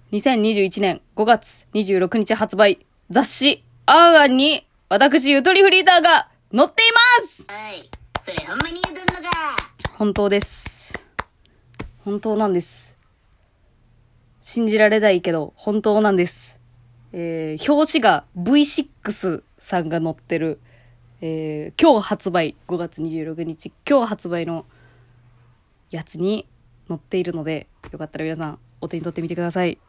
2021年5月26日発売、雑誌アーアンに私ゆとりフリーターが載っています。 はい、それほんまに言うとんのか。 本当です。本当なんです。信じられないけど本当なんです。表紙が V6 さんが載ってる、今日発売5月26日今日発売のやつに載っているので、よかったら皆さんお手に取ってみてください。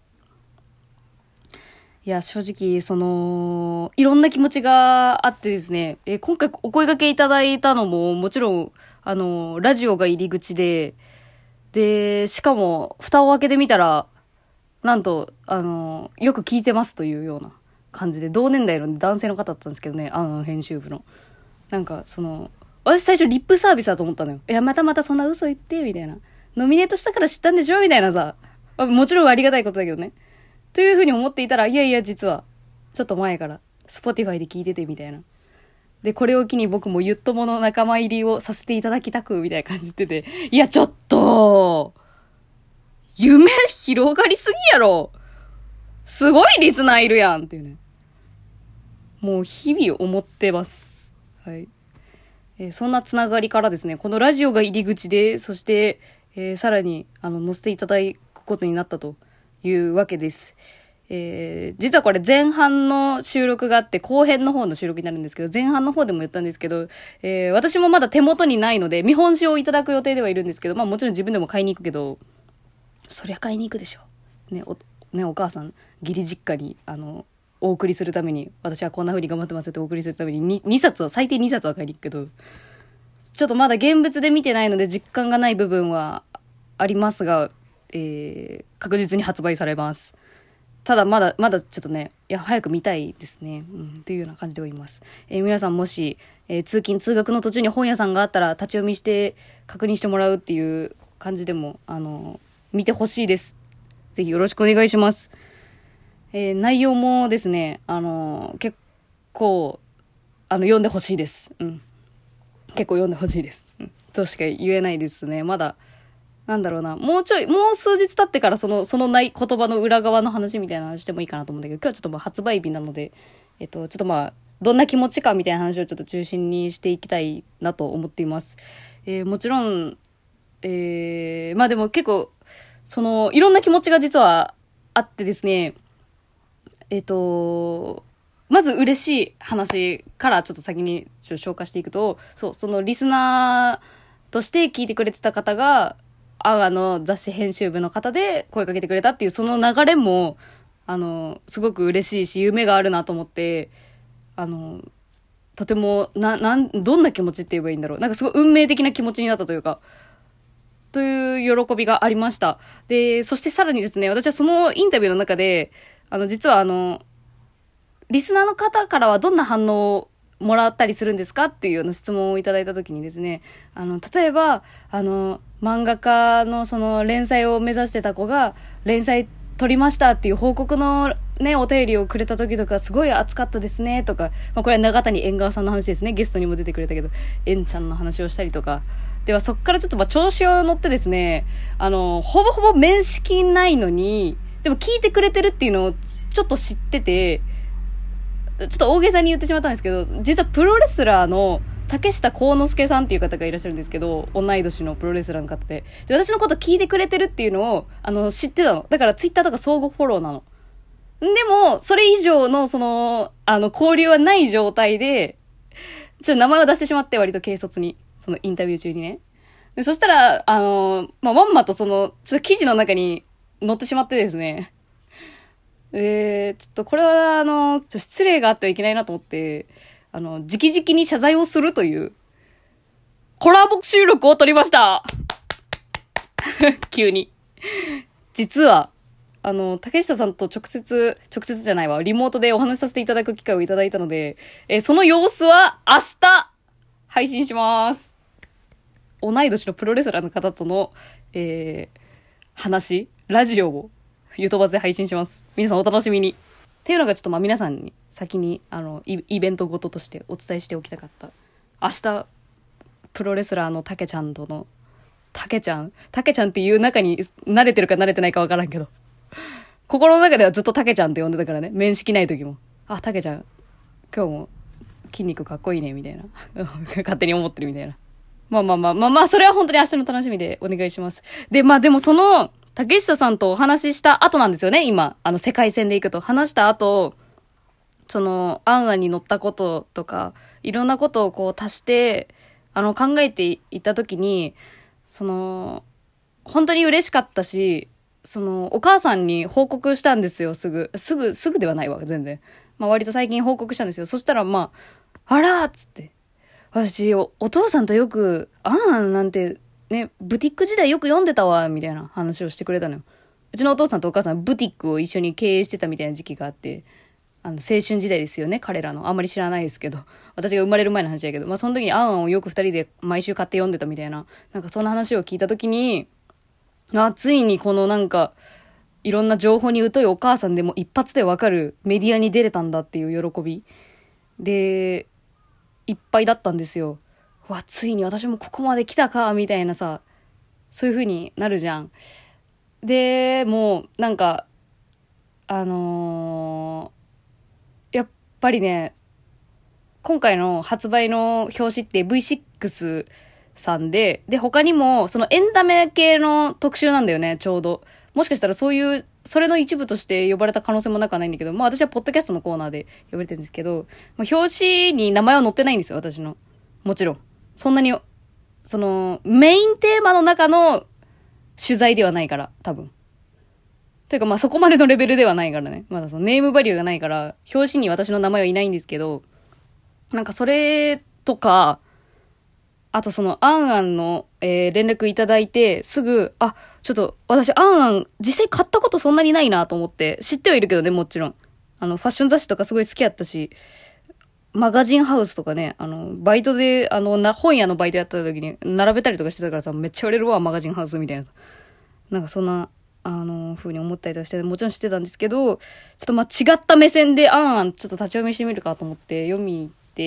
いや、正直いろんな気持ちがあってですね、今回お声掛けいただいたのももちろんラジオが入り口で、しかも蓋を開けてみたらなんとよく聞いてますというような感じで、同年代の男性の方だったんですけどね、編集部のなんか私最初リップサービスだと思ったのよ。いや、またそんな嘘言ってみたいな、ノミネートしたから知ったんでしょみたいなさ、もちろんありがたいことだけどねというふうに思っていたら、いや実はちょっと前から Spotify で聞いててみたいな。で、これを機に僕もゆっともの仲間入りをさせていただきたくみたいな感じでて、いやちょっと夢広がりすぎやろ、すごいリスナーいるやんっていうね、もう日々思ってます。はい。そんなつながりからですね、このラジオが入り口で、そして、さらに載せていただくことになったというわけです。実はこれ前半の収録があって後編の方の収録になるんですけど、前半の方でも言ったんですけど、私もまだ手元にないので見本紙をいただく予定ではいるんですけど、もちろん自分でも買いに行くけど、そりゃ買いに行くでしょね。お母さん義理実家にお送りするために、私はこんな風に頑張ってますってお送りするために 2冊は最低2冊は買いに行くけど、ちょっとまだ現物で見てないので実感がない部分はありますが、確実に発売されます。ただまだちょっとね、いや早く見たいですね、っていうような感じでおります。皆さんもし、通勤通学の途中に本屋さんがあったら立ち読みして確認してもらうっていう感じでも見てほしいです。ぜひよろしくお願いします。内容もですね、結構読んでほしいです。結構読んでほしいです。としか言えないですね。まだなんだろうな、もう数日経ってからそのない言葉の裏側の話みたいな話してもいいかなと思うんだけど、今日はちょっと発売日なので、ちょっとどんな気持ちかみたいな話をちょっと中心にしていきたいなと思っています。もちろん、でも結構いろんな気持ちが実はあってですね、まず嬉しい話からちょっと先に紹介していくと、そのリスナーとして聞いてくれてた方が雑誌編集部の方で声かけてくれたっていうその流れもすごく嬉しいし夢があるなと思って、とてもどんな気持ちって言えばいいんだろう、なんかすごい運命的な気持ちになったというか、という喜びがありました。で、そしてさらにですね、私はそのインタビューの中で実はリスナーの方からはどんな反応をもらったりするんですかっていうような質問をいただいたときにですね、例えば漫画家のその連載を目指してた子が連載撮りましたっていう報告のねお便りをくれた時とか、すごい熱かったですねとか、これは長谷縁側さんの話ですね、ゲストにも出てくれたけど縁ちゃんの話をしたりとかでは、そっからちょっと調子を乗ってですね、ほぼほぼ面識ないのにでも聞いてくれてるっていうのをちょっと知ってて、ちょっと大げさに言ってしまったんですけど、実はプロレスラーの竹下幸之助さんっていう方がいらっしゃるんですけど、同い年のプロレスラーの方で、私のこと聞いてくれてるっていうのを知ってたの。だからツイッターとか相互フォローなの。でもそれ以上の交流はない状態でちょっと名前を出してしまって、割と軽率にそのインタビュー中にね。でそしたらまんまとちょっと記事の中に載ってしまってですね、ちょっとこれはちょっと失礼があってはいけないなと思って、直々に謝罪をするというコラボ収録を撮りました急に。実は竹下さんと直接じゃないわ、リモートでお話しさせていただく機会をいただいたので、その様子は明日配信します。同い年のプロレスラーの方との、ラジオをゆとばずで配信します。皆さんお楽しみにっていうのがちょっと皆さんに先にイベントごととしてお伝えしておきたかった。明日プロレスラーのたけちゃんとのたけちゃんっていう中に慣れてるか慣れてないかわからんけど心の中ではずっとたけちゃんって呼んでたからね。面識ない時も。あ、たけちゃん、今日も筋肉かっこいいね、みたいな。勝手に思ってるみたいな。まあ、それは本当に明日の楽しみでお願いします。で、まあでもその、竹下さんとお話しした後なんですよね、今。世界線で行くと。話した後、アンアンに乗ったこととか、いろんなことをこう足して、考えていった時に、本当に嬉しかったし、お母さんに報告したんですよ、すぐではないわ、全然。まあ割と最近報告したんですよ。そしたらまあ、あらーっつって。私、お父さんとよく、アンアンなんて、ね、ブティック時代よく読んでたわ、みたいな話をしてくれたのよ。うちのお父さんとお母さん、ブティックを一緒に経営してたみたいな時期があって、青春時代ですよね、彼らの。あんまり知らないですけど。私が生まれる前の話だけど、まあその時にアンアンをよく二人で毎週買って読んでたみたいな、なんかそんな話を聞いた時に、ついにこのなんか、いろんな情報に疎いお母さんでも一発でわかるメディアに出れたんだっていう喜びでいっぱいだったんですよ。ついに私もここまで来たかみたいなさ、そういう風になるじゃん。でもうなんかやっぱりね、今回の発売の表紙って V6 さんで他にもそのエンタメ系の特集なんだよね、ちょうど。もしかしたらそれの一部として呼ばれた可能性もなくはないんだけど、まあ私はポッドキャストのコーナーで呼ばれてるんですけど、まあ、表紙に名前は載ってないんですよ、私の。もちろん。そんなに、メインテーマの中の取材ではないから、多分。というかまあそこまでのレベルではないからね。まだそのネームバリューがないから、表紙に私の名前はいないんですけど、なんかそれとか、あとアンアンの、連絡いただいて、すぐ、ちょっと、私、アンアン、実際買ったことそんなにないなと思って、知ってはいるけどね、もちろん。ファッション雑誌とかすごい好きやったし、マガジンハウスとかね、バイトで、本屋のバイトやった時に、並べたりとかしてたからさ、めっちゃ売れるわ、マガジンハウスみたいな。なんかそんな、風に思ったりとかして、もちろん知ってたんですけど、ちょっとまあ違った目線で、アンアン、ちょっと立ち読みしてみるかと思って、読みに行って、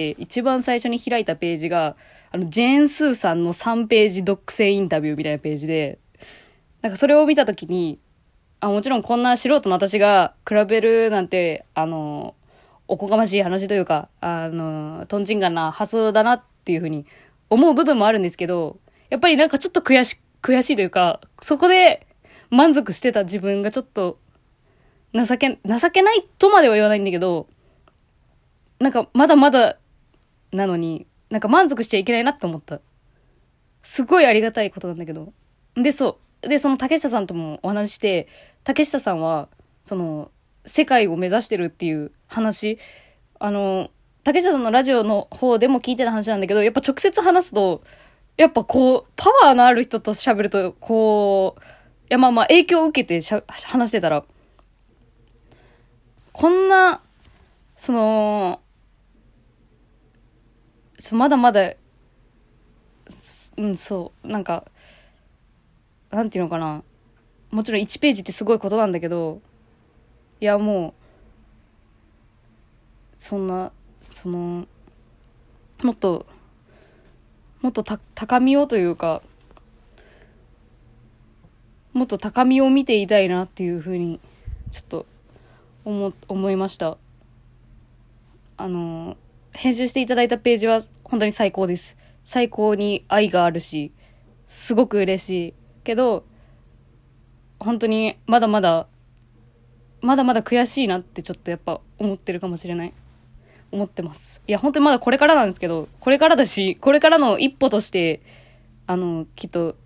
一番最初に開いたページが、ジェーン・スーさんの3ページ読性インタビューみたいなページで、なんかそれを見たときに、もちろんこんな素人の私が比べるなんて、おこがましい話というか、とんちんかんな発想だなっていうふうに思う部分もあるんですけど、やっぱりなんかちょっと悔しいというか、そこで満足してた自分がちょっと情けないとまでは言わないんだけど、なんかまだまだなのに、なんか満足しちゃいけないなって思った。すごいありがたいことなんだけど。で、その竹下さんともお話しして、竹下さんは、世界を目指してるっていう話、竹下さんのラジオの方でも聞いてた話なんだけど、やっぱ直接話すと、やっぱこう、パワーのある人と喋ると、こう、いやまあ影響を受けて話してたら、こんな、まだまだ、そう、なんか、なんていうのかな。もちろん1ページってすごいことなんだけど、いやもう、そんな、もっと高みをというか、もっと高みを見ていたいなっていうふうに、ちょっと、思いました。編集していただいたページは本当に最高です。最高に愛があるし、すごく嬉しい。けど、本当にまだまだ悔しいなってちょっとやっぱ思ってるかもしれない。思ってます。いや、本当にまだこれからなんですけど、これからだし、これからの一歩として、きっと、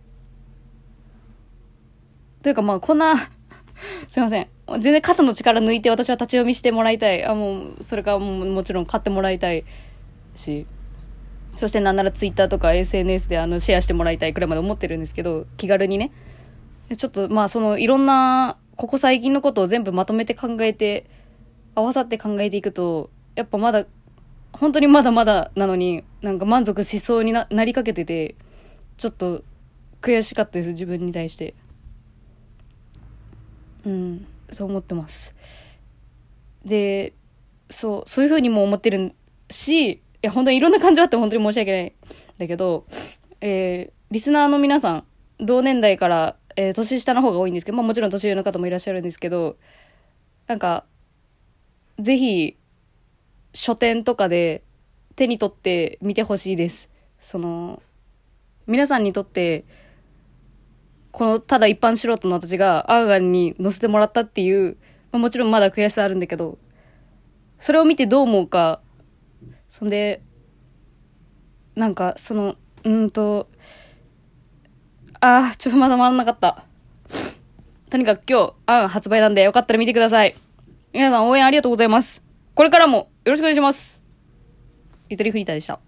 というかまあこんな、すいません。全然肩の力抜いて私は立ち読みしてもらいたい。もう、それからもちろん買ってもらいたいし、そしてなんならツイッターとか SNS でシェアしてもらいたいくらいまで思ってるんですけど、気軽にね。ちょっとまあいろんな、ここ最近のことを全部まとめて考えて、合わさって考えていくと、やっぱまだ、本当にまだまだなのに、なんか満足しそうになりかけてて、ちょっと悔しかったです、自分に対して。そう思ってます。で、そういう風にも思ってるし、いや、本当にいろんな感情あって本当に申し訳ないんだけど、リスナーの皆さん、同年代から、 年下の方が多いんですけど、まあもちろん年上の方もいらっしゃるんですけど、なんか、ぜひ、書店とかで手に取って見てほしいです。皆さんにとって、このただ一般素人の私がアーガンに載せてもらったっていう、まあ、もちろんまだ悔しさあるんだけど、それを見てどう思うか、そんで、なんか、ちょっとまだ回らなかった。とにかく今日、発売なんでよかったら見てください。皆さん応援ありがとうございます。これからもよろしくお願いします。ゆとりフリーターでした。